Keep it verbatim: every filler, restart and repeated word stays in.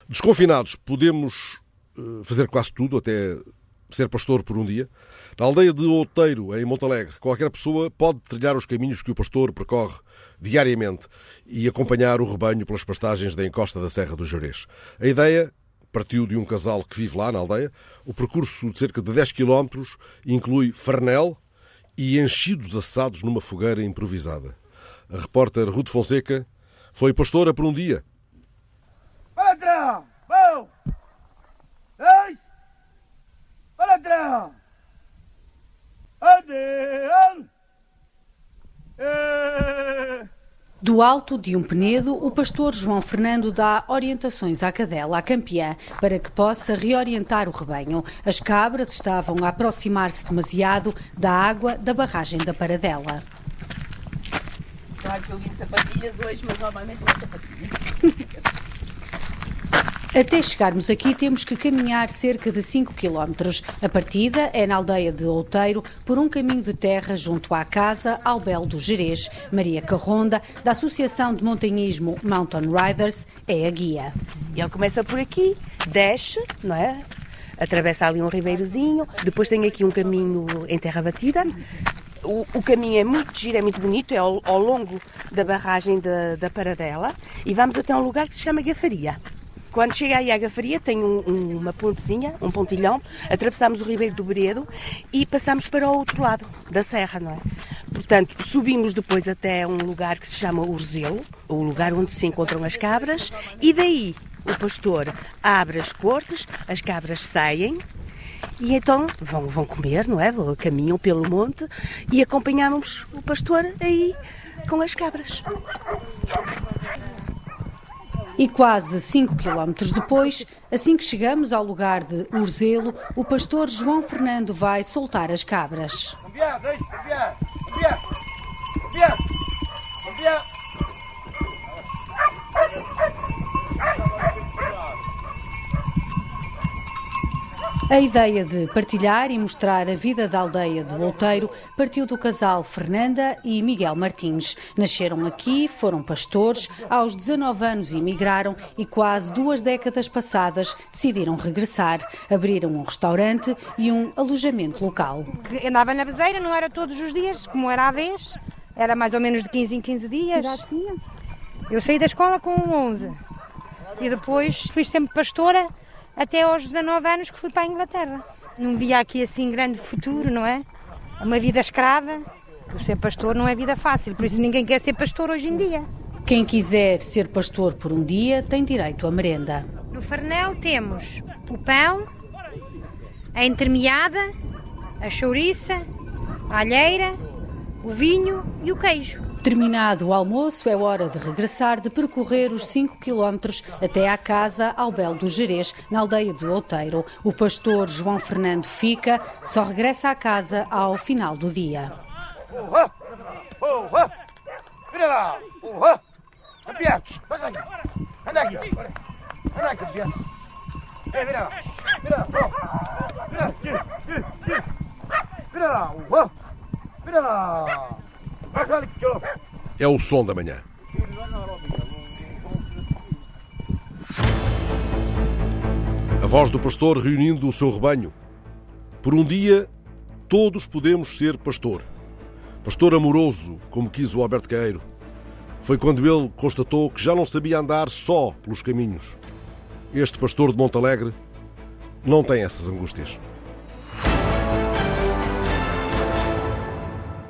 Desconfinados, podemos uh, fazer quase tudo, até ser pastor por um dia. Na aldeia de Outeiro, em Montalegre, qualquer pessoa pode trilhar os caminhos que o pastor percorre diariamente e acompanhar o rebanho pelas pastagens da encosta da Serra do Gerês. A ideia partiu de um casal que vive lá na aldeia. O percurso de cerca de dez quilómetros inclui farnel e enchidos assados numa fogueira improvisada. A repórter Ruth Fonseca foi pastora por um dia. Patrão! Bom! Dois! Patrão! Adeus! Do alto de um penedo, o pastor João Fernando dá orientações à cadela, à campeã, para que possa reorientar o rebanho. As cabras estavam a aproximar-se demasiado da água da barragem da Paradela. Claro que eu vim de sapatilhas hoje, mas normalmente não sapatilhas. Até chegarmos aqui temos que caminhar cerca de cinco quilómetros. A partida é na aldeia de Outeiro, por um caminho de terra junto à casa Albel do Gerês. Maria Carronda, da Associação de Montanhismo Mountain Riders, é a guia. E ele começa por aqui, desce, não é? Atravessa ali um ribeirozinho, depois tem aqui um caminho em terra batida. O, o caminho é muito giro, é muito bonito, é ao, ao longo da barragem da, da Paradela, e vamos até um lugar que se chama Gafaria. Quando chega aí à Gafaria tem um, um, uma pontezinha, um pontilhão, atravessamos o Ribeiro do Bredo e passamos para o outro lado da serra, não é? Portanto, subimos depois até um lugar que se chama Urzelo, o lugar onde se encontram as cabras, e daí o pastor abre as cortes, as cabras saem e então vão, vão comer, não é? Caminham pelo monte e acompanhamos o pastor aí com as cabras. E quase cinco quilómetros depois, assim que chegamos ao lugar de Urzelo, o pastor João Fernando vai soltar as cabras. A ideia de partilhar e mostrar a vida da aldeia do Outeiro partiu do casal Fernanda e Miguel Martins. Nasceram aqui, foram pastores, aos dezanove anos emigraram e quase duas décadas passadas decidiram regressar. Abriram um restaurante e um alojamento local. Andava na bezeira, não era todos os dias, como era à vez, era mais ou menos de quinze em quinze dias. Eu saí da escola com onze e depois fui sempre pastora até aos dezanove anos que fui para a Inglaterra. Não via aqui assim grande futuro, não é? Uma vida escrava. Ser pastor não é vida fácil, por isso ninguém quer ser pastor hoje em dia. Quem quiser ser pastor por um dia tem direito à merenda. No farnel temos o pão, a entremeada, a chouriça, a alheira, o vinho e o queijo. Terminado o almoço, é hora de regressar, de percorrer os cinco quilómetros até à casa Albel do Gerês, na aldeia de Outeiro. O pastor João Fernando fica, só regressa à casa ao final do dia. Uhá! Uhá! Vira lá! Uhá! Campeã! Anda aqui! Anda aqui! Anda aqui, campeã! Vira lá! Vira lá! Vira aqui! Vira lá! Uhá! Vira lá! É o som da manhã. A voz do pastor reunindo o seu rebanho. Por um dia, todos podemos ser pastor. Pastor amoroso, como quis o Alberto Queiro. Foi quando ele constatou que já não sabia andar só pelos caminhos. Este pastor de Montalegre não tem essas angústias.